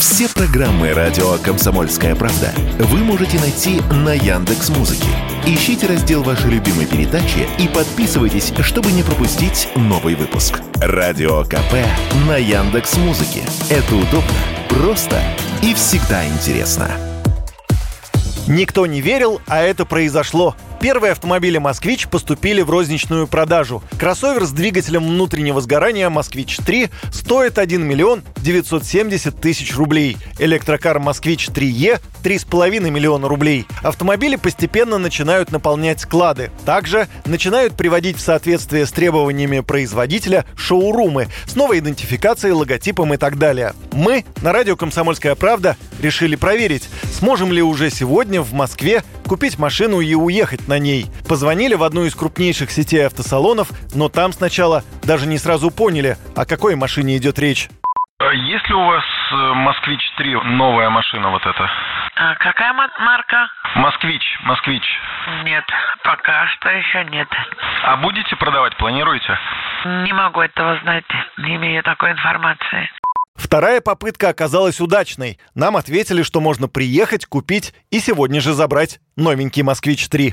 Все программы радио «Комсомольская правда» вы можете найти на Яндекс.Музыке. Ищите раздел вашей любимой передачи и подписывайтесь, чтобы не пропустить новый выпуск. Радио КП на Яндекс.Музыке. Это удобно, просто и всегда интересно. Никто не верил, а это произошло. Первые автомобили «Москвич» поступили в розничную продажу. Кроссовер с двигателем внутреннего сгорания «Москвич-3» стоит 1 миллион 970 тысяч рублей. Электрокар «Москвич-3Е» — 3,5 миллиона рублей. Автомобили постепенно начинают наполнять склады. Также начинают приводить в соответствие с требованиями производителя шоурумы с новой идентификацией, логотипом и так далее. Мы на радио «Комсомольская правда» решили проверить, сможем ли уже сегодня в Москве купить машину и уехать на ней. Позвонили в одну из крупнейших сетей автосалонов, но там сначала даже не сразу поняли, о какой машине идет речь. Есть ли у вас «Москвич-3», новая машина вот эта? Какая марка? «Москвич». Нет, пока что еще нет. А будете продавать, планируете? Не могу этого знать, не имею такой информации. Вторая попытка оказалась удачной. Нам ответили, что можно приехать, купить и сегодня же забрать новенький «Москвич-3».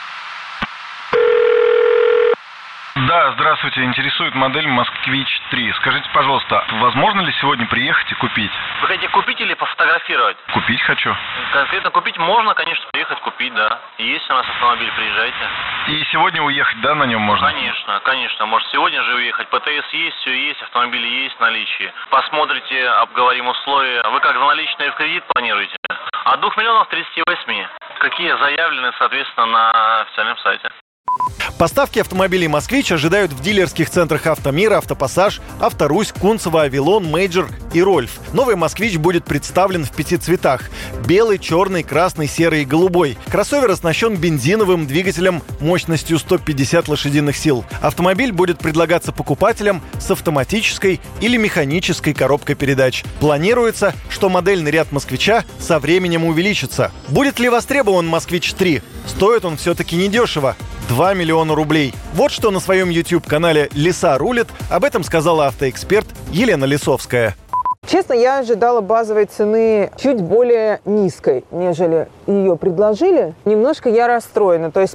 Да, здравствуйте. Интересует модель «Москвич-3». Скажите, пожалуйста, возможно ли сегодня приехать и купить? Вы хотите купить или пофотографировать? Купить хочу. Конкретно купить можно, конечно, приехать купить, да. Есть у нас автомобиль, приезжайте. И сегодня уехать, да, на нем можно? Конечно. Может, сегодня же уехать. ПТС есть, все есть, автомобили есть в наличии. Посмотрите, обговорим условия. Вы как, за наличные в кредит планируете? От 2 миллионов 38. Какие заявлены, соответственно, на официальном сайте. Поставки автомобилей «Москвич» ожидают в дилерских центрах «Автомир», «Автопассаж», «Авторусь», «Кунцево», «Авилон», «Мейджор» и «Рольф». Новый «Москвич» будет представлен в 5 цветах – белый, черный, красный, серый и голубой. Кроссовер оснащен бензиновым двигателем мощностью 150 лошадиных сил. Автомобиль будет предлагаться покупателям с автоматической или механической коробкой передач. Планируется, что модельный ряд «Москвича» со временем увеличится. Будет ли востребован «Москвич-3»? Стоит он все-таки недешево – 2 миллиона рублей. Вот что на своем YouTube-канале «Лиса рулит» об этом сказала автоэксперт Елена Лисовская. Честно, я ожидала базовой цены чуть более низкой, нежели ее предложили. Немножко я расстроена. То есть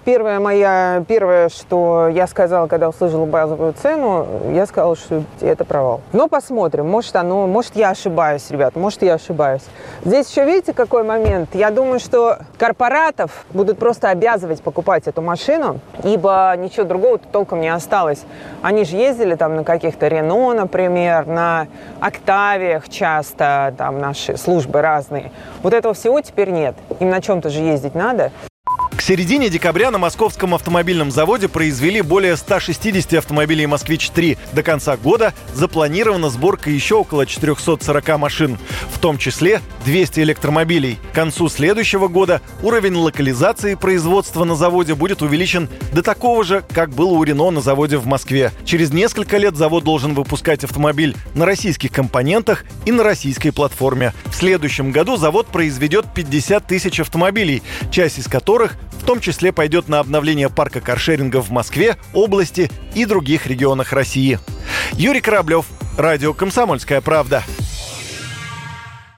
первое, что я сказала, когда услышала базовую цену, я сказала, что это провал. Но посмотрим. Может, я ошибаюсь, ребят, может, я ошибаюсь. Здесь еще видите, какой момент? Я думаю, что корпоратов будут просто обязывать покупать эту машину, ибо ничего другого толком не осталось. Они же ездили там на каких-то Рено, например, на Октавиях часто, там наши службы разные. Вот этого всего теперь нет. Им на чем-то же ездить надо. К середине декабря на Московском автомобильном заводе произвели более 160 автомобилей «Москвич-3». До конца года запланирована сборка еще около 440 машин, в том числе 200 электромобилей. К концу следующего года уровень локализации производства на заводе будет увеличен до такого же, как было у «Рено» на заводе в Москве. Через несколько лет завод должен выпускать автомобиль на российских компонентах и на российской платформе. В следующем году завод произведет 50 тысяч автомобилей, часть из которых в том числе пойдет на обновление парка каршеринга в Москве, области и других регионах России. Юрий Кораблев, радио «Комсомольская правда».